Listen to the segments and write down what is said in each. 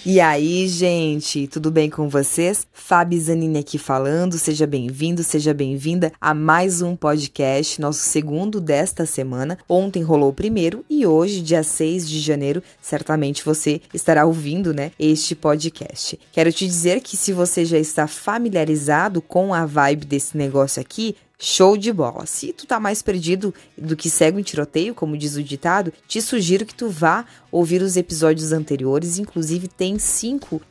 E aí, gente, tudo bem com vocês? Fabi Zanini aqui falando, seja bem-vindo, seja bem-vinda a mais um podcast, nosso segundo desta semana. Ontem rolou o primeiro e hoje, dia 6 de janeiro, certamente você estará ouvindo, este podcast. Quero te dizer que se você já está familiarizado com a vibe desse negócio aqui, show de bola. Se tu tá mais perdido do que cego em tiroteio, como diz o ditado, te sugiro que tu vá ouvir os episódios anteriores. Inclusive tem 5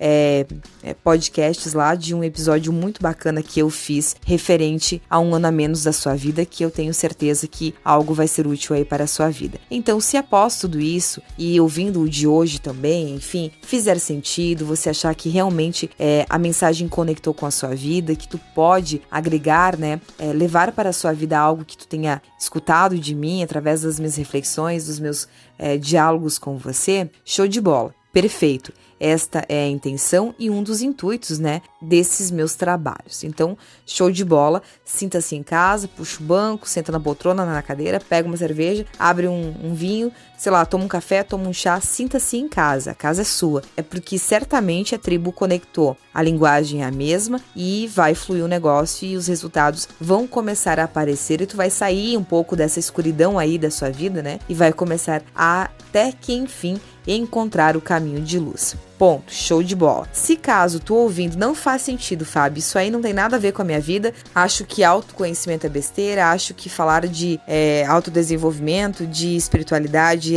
podcasts lá de um episódio muito bacana que eu fiz referente a um ano a menos da sua vida, que eu tenho certeza que algo vai ser útil aí para a sua vida. Então, se após tudo isso e ouvindo o de hoje também, enfim, fizer sentido, você achar que realmente a mensagem conectou com a sua vida, que tu pode agregar, levar para a sua vida algo que tu tenha escutado de mim através das minhas reflexões, dos meus diálogos com você, show de bola, perfeito. Esta é a intenção e um dos intuitos, desses meus trabalhos. Então, show de bola, sinta-se em casa, puxa o banco, senta na poltrona, na cadeira, pega uma cerveja, abre um vinho, sei lá, toma um café, toma um chá, sinta-se em casa, a casa é sua. É porque certamente a tribo conectou, a linguagem é a mesma e vai fluir o negócio e os resultados vão começar a aparecer e tu vai sair um pouco dessa escuridão aí da sua vida, e vai começar até que, enfim, encontrar o caminho de luz. Ponto, show de bola. Se caso tu ouvindo não faz sentido, Fábio, isso aí não tem nada a ver com a minha vida, acho que autoconhecimento é besteira, acho que falar de autodesenvolvimento, de espiritualidade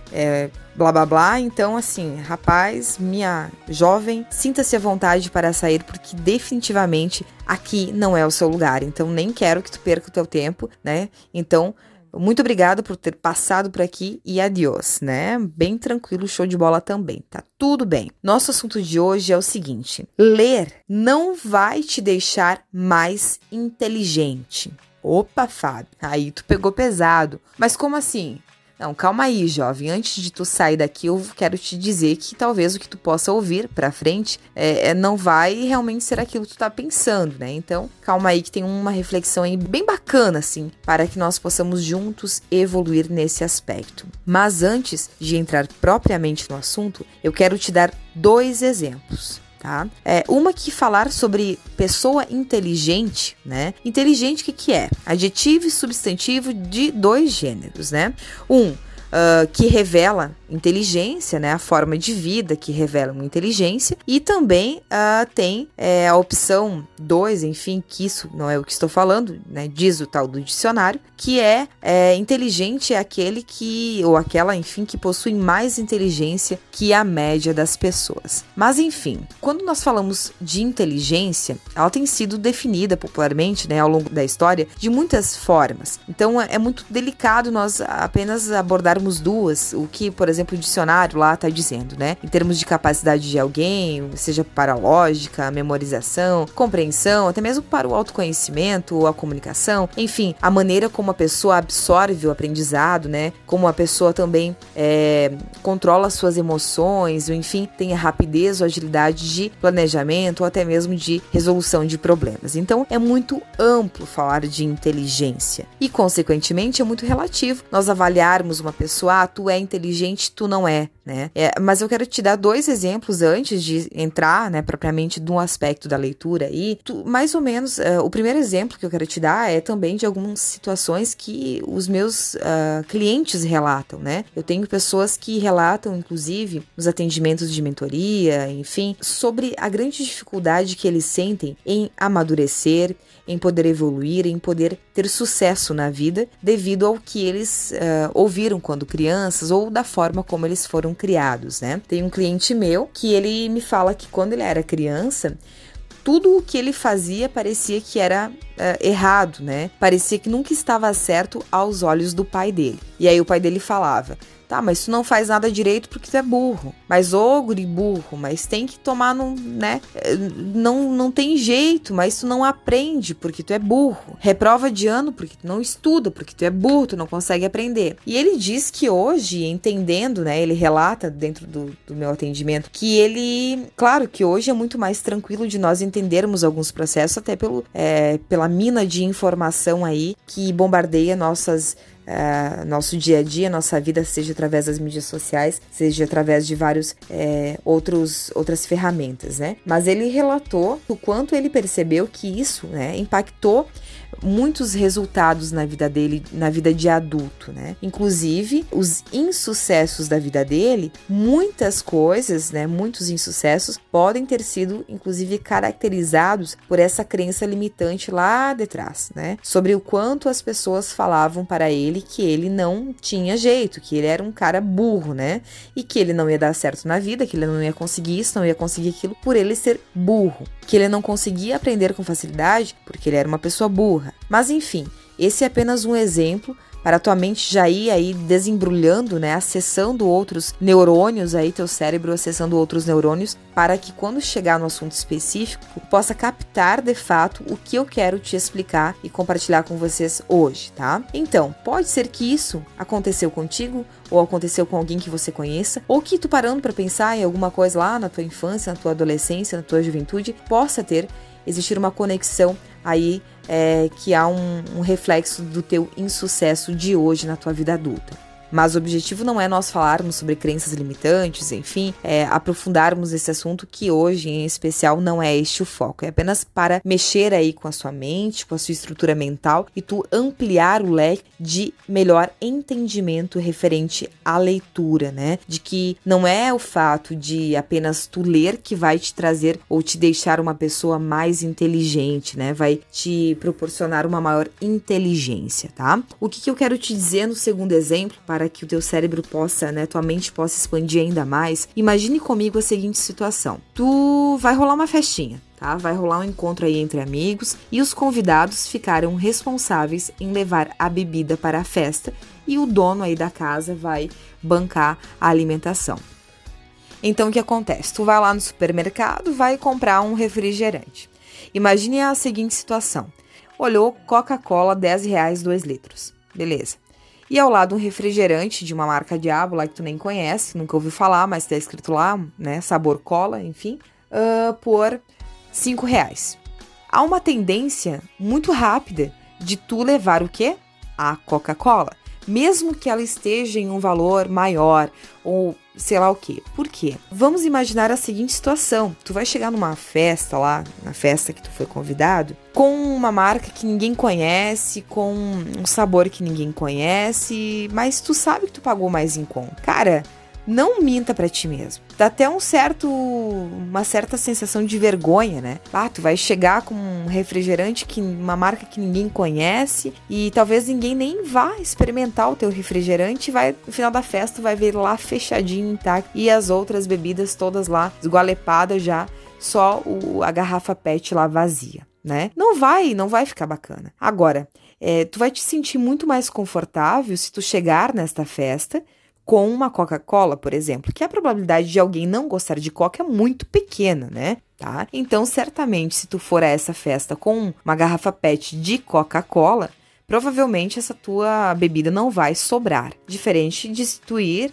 blá blá blá, então assim, rapaz, minha jovem, sinta-se à vontade para sair, porque definitivamente aqui não é o seu lugar, então nem quero que tu perca o teu tempo, então muito obrigada por ter passado por aqui e adiós, Bem tranquilo, show de bola também, tá tudo bem. Nosso assunto de hoje é o seguinte: ler não vai te deixar mais inteligente. Opa, Fábio, aí tu pegou pesado. Mas como assim? Não, calma aí, jovem. Antes de tu sair daqui, eu quero te dizer que talvez o que tu possa ouvir pra frente não vai realmente ser aquilo que tu tá pensando, Então, calma aí que tem uma reflexão aí bem bacana, assim, para que nós possamos juntos evoluir nesse aspecto. Mas antes de entrar propriamente no assunto, eu quero te dar 2 exemplos. Tá? Uma que falar sobre pessoa inteligente, Inteligente, o que é? Adjetivo e substantivo de 2 gêneros, que revela inteligência, a forma de vida que revela uma inteligência, e também tem a opção 2, enfim, que isso não é o que estou falando, diz o tal do dicionário, que inteligente é aquele que, ou aquela, enfim, que possui mais inteligência que a média das pessoas. Mas, enfim, quando nós falamos de inteligência, ela tem sido definida popularmente, ao longo da história, de muitas formas. Então, é muito delicado nós apenas abordarmos 2, o que, por exemplo, o dicionário lá está dizendo, em termos de capacidade de alguém, seja para a lógica, a memorização, compreensão, até mesmo para o autoconhecimento, a comunicação, enfim, a maneira como a pessoa absorve o aprendizado, como a pessoa também controla suas emoções, ou enfim, tem a rapidez ou agilidade de planejamento, ou até mesmo de resolução de problemas. Então, é muito amplo falar de inteligência e, consequentemente, é muito relativo nós avaliarmos uma pessoa, tu é inteligente, tu não é, mas eu quero te dar 2 exemplos antes de entrar, propriamente no aspecto da leitura aí. Mais ou menos, o primeiro exemplo que eu quero te dar é também de algumas situações que os meus clientes relatam, Eu tenho pessoas que relatam, inclusive, nos atendimentos de mentoria, enfim, sobre a grande dificuldade que eles sentem em amadurecer, em poder evoluir, em poder ter sucesso na vida, devido ao que eles ouviram quando crianças ou da forma como eles foram criados, Tem um cliente meu que ele me fala que quando ele era criança, tudo o que ele fazia parecia que era errado, Parecia que nunca estava certo aos olhos do pai dele. E aí o pai dele falava: tá, mas tu não faz nada direito porque tu é burro. Mas, guri burro, mas tem que tomar não tem jeito, mas tu não aprende porque tu é burro. Reprova de ano porque tu não estuda, porque tu é burro, tu não consegue aprender. E ele diz que hoje, entendendo, ele relata dentro do meu atendimento, que ele, claro que hoje é muito mais tranquilo de nós entendermos alguns processos, até pela mina de informação aí que bombardeia nossas nosso dia a dia, nossa vida, seja através das mídias sociais, seja através de vários outras ferramentas, né? Mas ele relatou o quanto ele percebeu que isso, né, impactou muitos resultados na vida dele, na vida de adulto, né? Inclusive, os insucessos da vida dele, muitas coisas, né, muitos insucessos podem ter sido, inclusive, caracterizados por essa crença limitante lá de trás, né? Sobre o quanto as pessoas falavam para ele que ele não tinha jeito, que ele era um cara burro, né? E que ele não ia dar certo na vida, que ele não ia conseguir isso, não ia conseguir aquilo, por ele ser burro. Que ele não conseguia aprender com facilidade porque ele era uma pessoa burra. Mas enfim, esse é apenas um exemplo para a tua mente já ir aí desembrulhando, né, acessando outros neurônios aí, teu cérebro acessando outros neurônios, para que quando chegar no assunto específico, possa captar de fato o que eu quero te explicar e compartilhar com vocês hoje, tá? Então, pode ser que isso aconteceu contigo, ou aconteceu com alguém que você conheça, ou que tu parando para pensar em alguma coisa lá na tua infância, na tua adolescência, na tua juventude, possa existir uma conexão aí que há um reflexo do teu insucesso de hoje na tua vida adulta. Mas o objetivo não é nós falarmos sobre crenças limitantes, enfim, aprofundarmos esse assunto, que hoje em especial não é este o foco. É apenas para mexer aí com a sua mente, com a sua estrutura mental e tu ampliar o leque de melhor entendimento referente à leitura, né? De que não é o fato de apenas tu ler que vai te trazer ou te deixar uma pessoa mais inteligente, né? Vai te proporcionar uma maior inteligência, tá? O que eu quero te dizer no segundo exemplo, para que o teu cérebro possa, né, tua mente possa expandir ainda mais. Imagine comigo a seguinte situação. Tu vai rolar uma festinha, tá? Vai rolar um encontro aí entre amigos e os convidados ficaram responsáveis em levar a bebida para a festa e o dono aí da casa vai bancar a alimentação. Então o que acontece? Tu vai lá no supermercado, vai comprar um refrigerante. Imagine a seguinte situação. Olhou Coca-Cola, R$10, 2 litros. Beleza. E ao lado um refrigerante de uma marca Diabo lá que tu nem conhece, nunca ouviu falar, mas tá escrito lá, né, sabor cola, enfim, por R$5. Há uma tendência muito rápida de tu levar o quê? A Coca-Cola. Mesmo que ela esteja em um valor maior ou sei lá o quê. Por quê? Vamos imaginar a seguinte situação. Tu vai chegar numa festa lá, na festa que tu foi convidado, com uma marca que ninguém conhece, com um sabor que ninguém conhece, mas tu sabe que tu pagou mais em conta. Cara, não minta pra ti mesmo. Dá até uma certa sensação de vergonha, né? Tu vai chegar com um refrigerante, uma marca que ninguém conhece e talvez ninguém nem vá experimentar o teu refrigerante e no final da festa vai ver lá fechadinho, intacto, e as outras bebidas todas lá esgualepadas já, só a garrafa PET lá vazia, né? Não vai ficar bacana. Agora, tu vai te sentir muito mais confortável se tu chegar nesta festa com uma Coca-Cola, por exemplo, que a probabilidade de alguém não gostar de Coca é muito pequena, né? Tá? Então, certamente, se tu for a essa festa com uma garrafa PET de Coca-Cola, provavelmente essa tua bebida não vai sobrar. Diferente de tu ir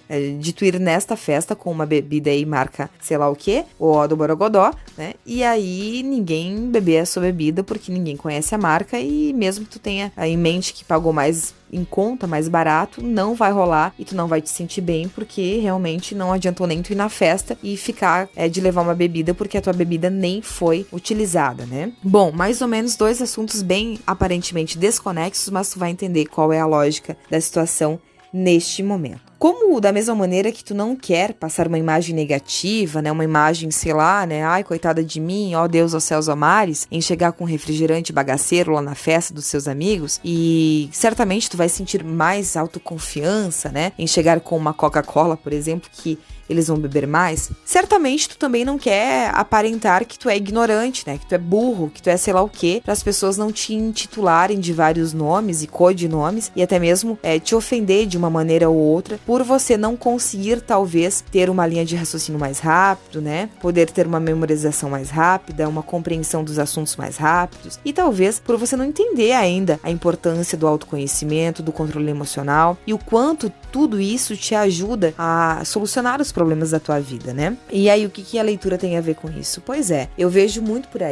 nesta festa com uma bebida aí marca sei lá o que, ou do Borogodó, né? E aí ninguém beber a sua bebida porque ninguém conhece a marca e mesmo que tu tenha em mente que pagou mais em conta, mais barato, não vai rolar e tu não vai te sentir bem porque realmente não adiantou nem tu ir na festa e ficar de levar uma bebida porque a tua bebida nem foi utilizada, né? Bom, mais ou menos 2 assuntos bem aparentemente desconexos, mas tu vai entender qual é a lógica da situação neste momento. Como da mesma maneira que tu não quer passar uma imagem negativa, né, uma imagem, sei lá, né, ai, coitada de mim, ó Deus, aos céus, ó mares, em chegar com um refrigerante bagaceiro lá na festa dos seus amigos, e certamente tu vai sentir mais autoconfiança, né, em chegar com uma Coca-Cola, por exemplo, que eles vão beber mais. Certamente tu também não quer aparentar que tu é ignorante, né, que tu é burro, que tu é sei lá o quê, para as pessoas não te intitularem de vários nomes e codinomes e até mesmo te ofender de uma maneira ou outra por você não conseguir talvez ter uma linha de raciocínio mais rápido, né, poder ter uma memorização mais rápida, uma compreensão dos assuntos mais rápidos e talvez por você não entender ainda a importância do autoconhecimento, do controle emocional e o quanto tudo isso te ajuda a solucionar os problemas da tua vida, né? E aí, o que a leitura tem a ver com isso? Pois é, eu vejo muito por aí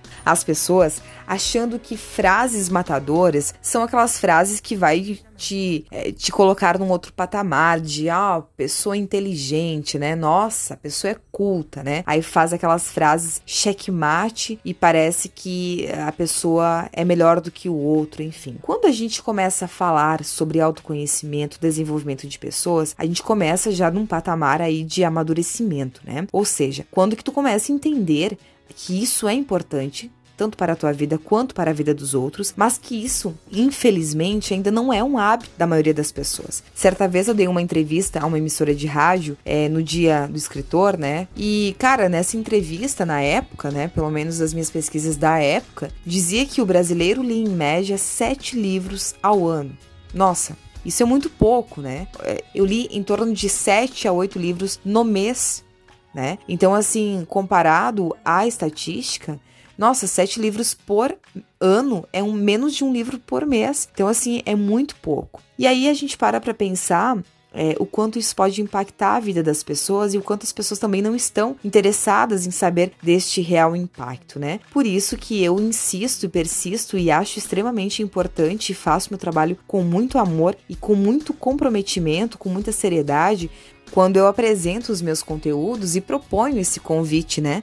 As pessoas achando que frases matadoras são aquelas frases que vai te colocar num outro patamar de, pessoa inteligente, né? Nossa, a pessoa é culta, né? Aí faz aquelas frases checkmate e parece que a pessoa é melhor do que o outro, enfim. Quando a gente começa a falar sobre autoconhecimento, desenvolvimento de pessoas, a gente começa já num patamar aí de amadurecimento, né? Ou seja, quando que tu começa a entender que isso é importante, tanto para a tua vida quanto para a vida dos outros, mas que isso, infelizmente, ainda não é um hábito da maioria das pessoas. Certa vez eu dei uma entrevista a uma emissora de rádio, no Dia do Escritor, né? E, cara, nessa entrevista, na época, né, pelo menos as minhas pesquisas da época, dizia que o brasileiro lia em média 7 livros ao ano. Nossa, isso é muito pouco, né? Eu li em torno de 7 a 8 livros no mês, né? Então, assim, comparado à estatística, nossa, 7 livros por ano é menos de um livro por mês. Então, assim, é muito pouco. E aí a gente para pensar o quanto isso pode impactar a vida das pessoas e o quanto as pessoas também não estão interessadas em saber deste real impacto, né? Por isso que eu insisto e persisto e acho extremamente importante e faço meu trabalho com muito amor e com muito comprometimento, com muita seriedade, quando eu apresento os meus conteúdos e proponho esse convite, né,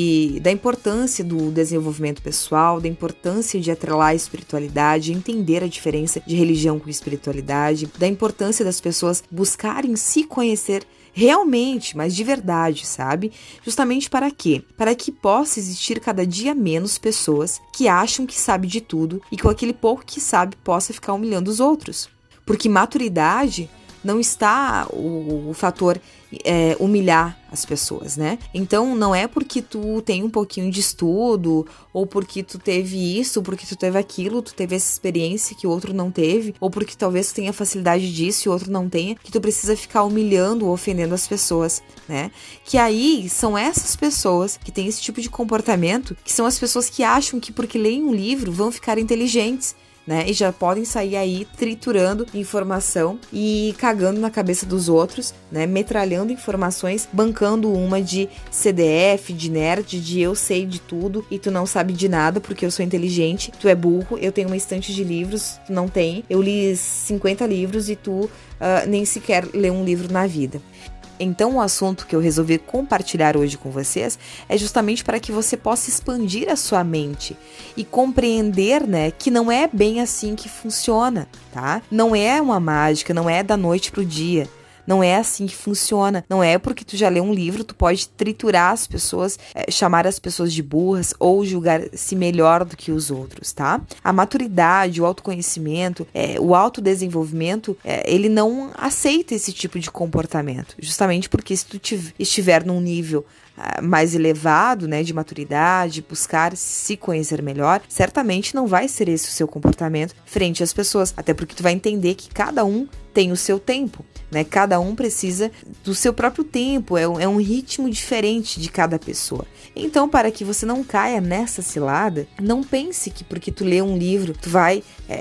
da importância do desenvolvimento pessoal, da importância de atrelar a espiritualidade, entender a diferença de religião com espiritualidade, da importância das pessoas buscarem se conhecer realmente, mas de verdade, sabe? Justamente para quê? Para que possa existir cada dia menos pessoas que acham que sabe de tudo e com aquele pouco que sabe possa ficar humilhando os outros. Porque maturidade não está o fator humilhar as pessoas, né? Então, não é porque tu tem um pouquinho de estudo, ou porque tu teve isso, ou porque tu teve aquilo, tu teve essa experiência que o outro não teve, ou porque talvez tu tenha facilidade disso e o outro não tenha, que tu precisa ficar humilhando ou ofendendo as pessoas, né? Que aí são essas pessoas que têm esse tipo de comportamento, que são as pessoas que acham que porque leem um livro vão ficar inteligentes, né? E já podem sair aí triturando informação e cagando na cabeça dos outros, né? Metralhando informações, bancando uma de CDF, de nerd, de eu sei de tudo e tu não sabe de nada porque eu sou inteligente, tu é burro, eu tenho uma estante de livros, tu não tem, eu li 50 livros e tu nem sequer lê um livro na vida. Então, o assunto que eu resolvi compartilhar hoje com vocês é justamente para que você possa expandir a sua mente e compreender, né, que não é bem assim que funciona, tá? Não é uma mágica, não é da noite pro dia. Não é assim que funciona. Não é porque tu já leu um livro, tu pode triturar as pessoas, chamar as pessoas de burras ou julgar-se melhor do que os outros, tá? A maturidade, o autoconhecimento, o autodesenvolvimento, ele não aceita esse tipo de comportamento. Justamente porque se tu estiver num nível mais elevado, né, de maturidade, buscar se conhecer melhor, certamente não vai ser esse o seu comportamento frente às pessoas, até porque tu vai entender que cada um tem o seu tempo, né? Cada um precisa do seu próprio tempo, é um ritmo diferente de cada pessoa. Então, para que você não caia nessa cilada, não pense que porque tu lê um livro, tu vai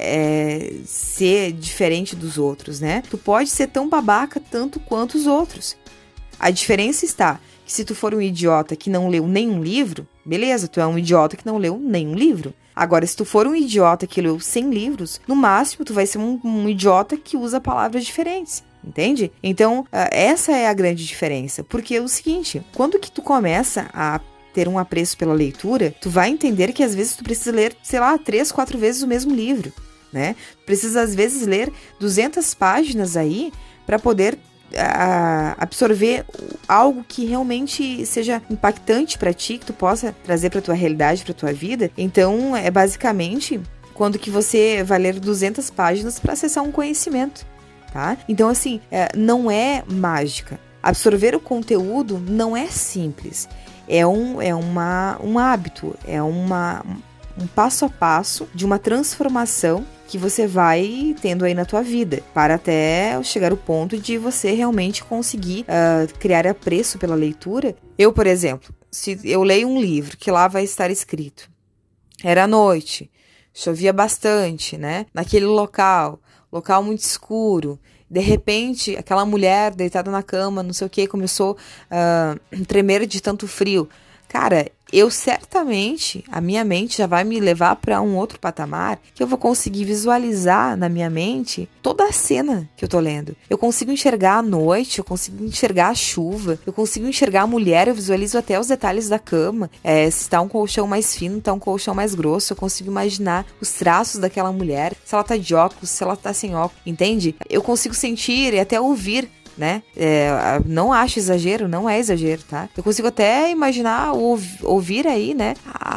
ser diferente dos outros, né? Tu pode ser tão babaca tanto quanto os outros. A diferença está que se tu for um idiota que não leu nenhum livro, beleza, tu é um idiota que não leu nenhum livro. Agora, se tu for um idiota que leu 100 livros, no máximo tu vai ser um idiota que usa palavras diferentes, entende? Então, essa é a grande diferença, porque é o seguinte, quando que tu começa a ter um apreço pela leitura, tu vai entender que às vezes tu precisa ler, 3, 4 vezes o mesmo livro, né? Precisa às vezes ler 200 páginas aí para poder absorver algo que realmente seja impactante para ti, que tu possa trazer para tua realidade, para tua vida. Então, é basicamente quando que você vai ler 200 páginas para acessar um conhecimento, tá? Então, assim, não é mágica. Absorver o conteúdo não é simples. É um hábito, é um passo a passo de uma transformação que você vai tendo aí na tua vida, para até chegar ao ponto de você realmente conseguir criar apreço pela leitura. Eu, por exemplo, se eu leio um livro que lá vai estar escrito, era à noite, chovia bastante, né? Naquele local muito escuro, de repente, aquela mulher deitada na cama, não sei o que, começou a tremer de tanto frio. Cara, eu certamente, a minha mente já vai me levar para um outro patamar que eu vou conseguir visualizar na minha mente toda a cena que eu tô lendo. Eu consigo enxergar a noite, eu consigo enxergar a chuva, eu consigo enxergar a mulher, eu visualizo até os detalhes da cama, se tá um colchão mais fino, tá um colchão mais grosso, eu consigo imaginar os traços daquela mulher, se ela tá de óculos, se ela tá sem óculos, entende? Eu consigo sentir e até ouvir, né? Não acho exagero, não é exagero, tá? Eu consigo até imaginar, ouvir aí, né?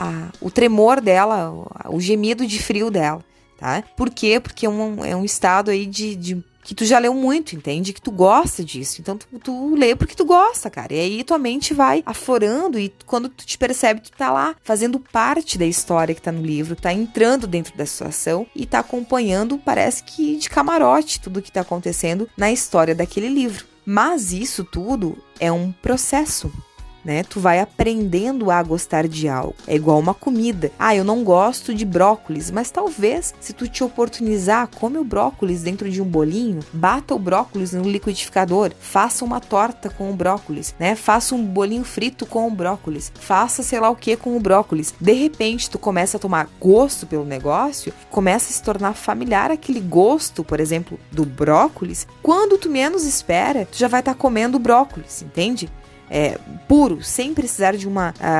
O tremor dela, o gemido de frio dela, tá? Por quê? Porque é um estado aí de que tu já leu muito, entende? Que tu gosta disso. Então, tu lê porque tu gosta, cara. E aí tua mente vai aflorando e quando tu te percebe, tu tá lá fazendo parte da história que tá no livro, tá entrando dentro da situação e tá acompanhando, parece que de camarote, tudo que tá acontecendo na história daquele livro. Mas isso tudo é um processo, né? Tu vai aprendendo a gostar de algo. É igual uma comida. Eu não gosto de brócolis, mas talvez, se tu te oportunizar, come o brócolis dentro de um bolinho, bata o brócolis no liquidificador, faça uma torta com o brócolis, né? Faça um bolinho frito com o brócolis, faça sei lá o que com o brócolis. De repente, tu começa a tomar gosto pelo negócio, começa a se tornar familiar aquele gosto, por exemplo, do brócolis. Quando tu menos espera, tu já vai estar comendo brócolis, entende? Puro, sem precisar de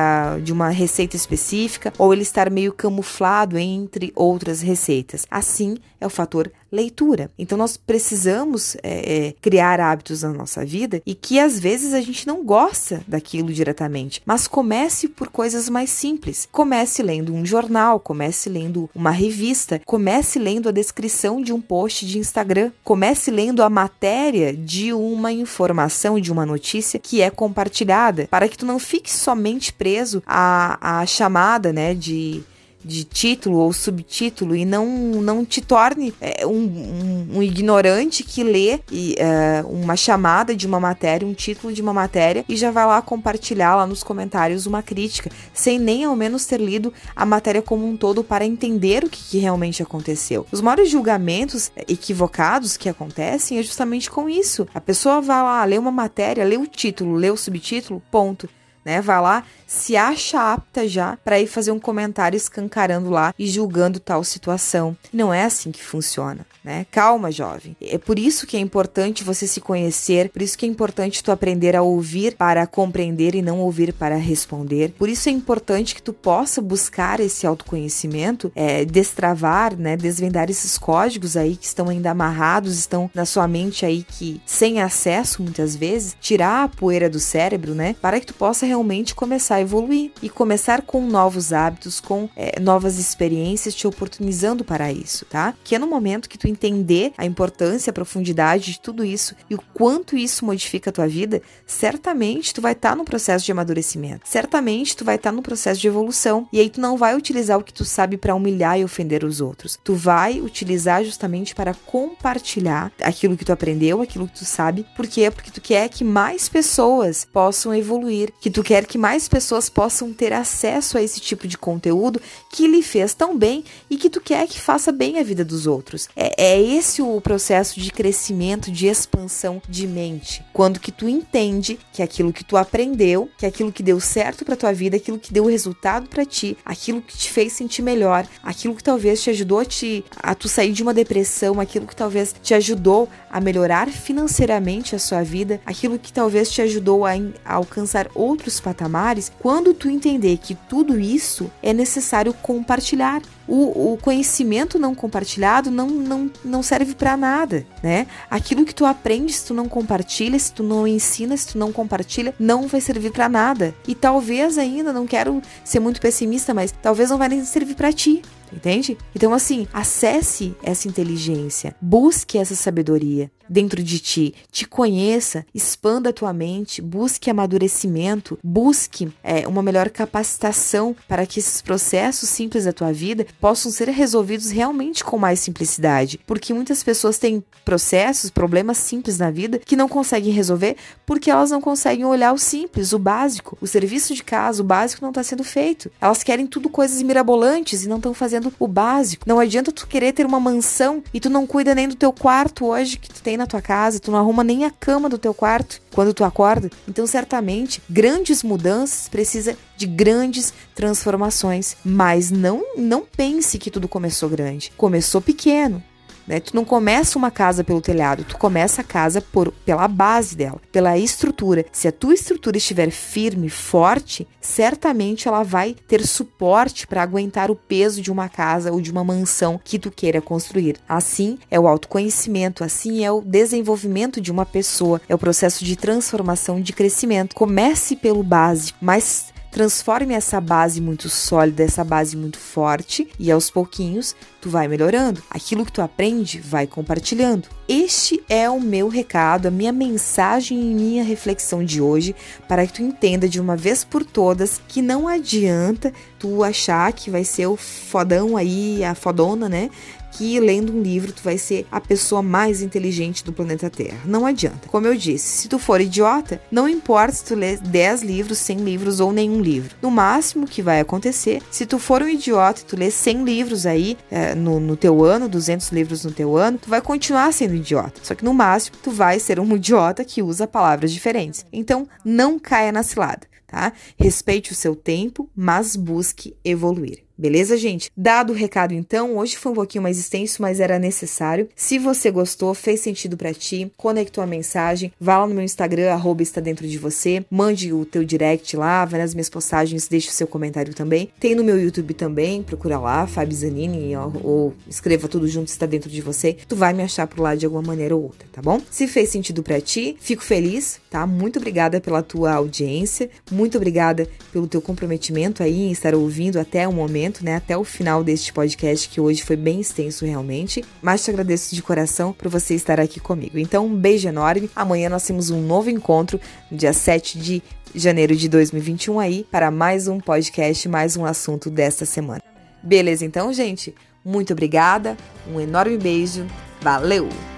uma receita específica ou ele estar meio camuflado entre outras receitas. Assim é o fator leitura. Então nós precisamos criar hábitos na nossa vida e que às vezes a gente não gosta daquilo diretamente, mas comece por coisas mais simples. Comece lendo um jornal, comece lendo uma revista, comece lendo a descrição de um post de Instagram, comece lendo a matéria de uma informação, de uma notícia que é compartilhada, para que tu não fique somente preso à chamada, né, de título ou subtítulo e não te torne um ignorante que lê uma chamada de uma matéria, um título de uma matéria e já vai lá compartilhar lá nos comentários uma crítica, sem nem ao menos ter lido a matéria como um todo para entender o que realmente aconteceu. Os maiores julgamentos equivocados que acontecem é justamente com isso. A pessoa vai lá, lê uma matéria, lê o título, lê o subtítulo, ponto. Né? Vai lá, se acha apta já para ir fazer um comentário escancarando lá e julgando tal situação. Não é assim que funciona, né? Calma, jovem. É por isso que é importante você se conhecer, por isso que é importante tu aprender a ouvir para compreender e não ouvir para responder. Por isso é importante que tu possa buscar esse autoconhecimento, destravar, né? Desvendar esses códigos aí que estão ainda amarrados, estão na sua mente aí que sem acesso muitas vezes, tirar a poeira do cérebro, né? Para que tu possa realmente começar a evoluir e começar com novos hábitos, com novas experiências, te oportunizando para isso, tá? Que é no momento que tu entender a importância, a profundidade de tudo isso e o quanto isso modifica a tua vida, certamente tu vai estar no processo de amadurecimento, certamente tu vai estar no processo de evolução e aí tu não vai utilizar o que tu sabe para humilhar e ofender os outros, tu vai utilizar justamente para compartilhar aquilo que tu aprendeu, aquilo que tu sabe. Por quê? Porque tu quer que mais pessoas possam evoluir, que tu quer que mais pessoas possam ter acesso a esse tipo de conteúdo que lhe fez tão bem e que tu quer que faça bem a vida dos outros. É esse o processo de crescimento, de expansão de mente. Quando que tu entende que aquilo que tu aprendeu, que aquilo que deu certo pra tua vida, aquilo que deu resultado pra ti, aquilo que te fez sentir melhor, aquilo que talvez te ajudou a tu sair de uma depressão, aquilo que talvez te ajudou a melhorar financeiramente a sua vida, aquilo que talvez te ajudou a alcançar outros patamares, quando tu entender que tudo isso é necessário compartilhar. O conhecimento não compartilhado não serve para nada, né? Aquilo que tu aprende, se tu não compartilha, se tu não ensina, se tu não compartilha, não vai servir para nada. E talvez ainda, não quero ser muito pessimista, mas talvez não vai nem servir para ti. Entende? Então, assim, acesse essa inteligência, busque essa sabedoria dentro de ti, te conheça, expanda a tua mente, busque amadurecimento, busque uma melhor capacitação para que esses processos simples da tua vida possam ser resolvidos realmente com mais simplicidade. Porque muitas pessoas têm processos, problemas simples na vida que não conseguem resolver porque elas não conseguem olhar o simples, o básico, o serviço de casa, o básico não está sendo feito. Elas querem tudo coisas mirabolantes e não estão fazendo fazendo o básico. Não adianta tu querer ter uma mansão e tu não cuida nem do teu quarto hoje que tu tem na tua casa, tu não arruma nem a cama do teu quarto quando tu acorda. Então, certamente, grandes mudanças precisam de grandes transformações, mas não pense que tudo começou grande. Começou pequeno. Tu não começa uma casa pelo telhado, tu começa a casa pela base dela, pela estrutura. Se a tua estrutura estiver firme, forte, certamente ela vai ter suporte para aguentar o peso de uma casa ou de uma mansão que tu queira construir. Assim é o autoconhecimento, assim é o desenvolvimento de uma pessoa, é o processo de transformação, de crescimento. Comece pelo básico, mas transforme essa base muito sólida, essa base muito forte e aos pouquinhos tu vai melhorando. Aquilo que tu aprende, vai compartilhando. Este é o meu recado, a minha mensagem e minha reflexão de hoje para que tu entenda de uma vez por todas que não adianta tu achar que vai ser o fodão aí, a fodona, né? Que lendo um livro tu vai ser a pessoa mais inteligente do planeta Terra. Não adianta. Como eu disse, se tu for idiota, não importa se tu lê 10 livros, 100 livros ou nenhum livro. No máximo que vai acontecer, se tu for um idiota e tu lê 100 livros aí no teu ano, 200 livros no teu ano, tu vai continuar sendo idiota. Só que no máximo tu vai ser um idiota que usa palavras diferentes. Então, não caia na cilada, tá? Respeite o seu tempo, mas busque evoluir. Beleza, gente? Dado o recado, então, hoje foi um pouquinho mais extenso, mas era necessário. Se você gostou, fez sentido pra ti, conectou a mensagem, vá lá no meu Instagram, @estadentrodevocê, mande o teu direct lá, vai nas minhas postagens, deixa o seu comentário também. Tem no meu YouTube também, procura lá, Fabi Zanini, ou escreva tudo junto, Está Dentro de Você. Tu vai me achar por lá de alguma maneira ou outra, tá bom? Se fez sentido pra ti, fico feliz, tá? Muito obrigada pela tua audiência, muito obrigada pelo teu comprometimento aí em estar ouvindo até o momento, né, até o final deste podcast, que hoje foi bem extenso realmente, mas te agradeço de coração por você estar aqui comigo. Então, um beijo enorme. Amanhã nós temos um novo encontro, no dia 7 de janeiro de 2021 aí, para mais um podcast, mais um assunto desta semana. Beleza, então, gente? Muito obrigada, um enorme beijo, valeu!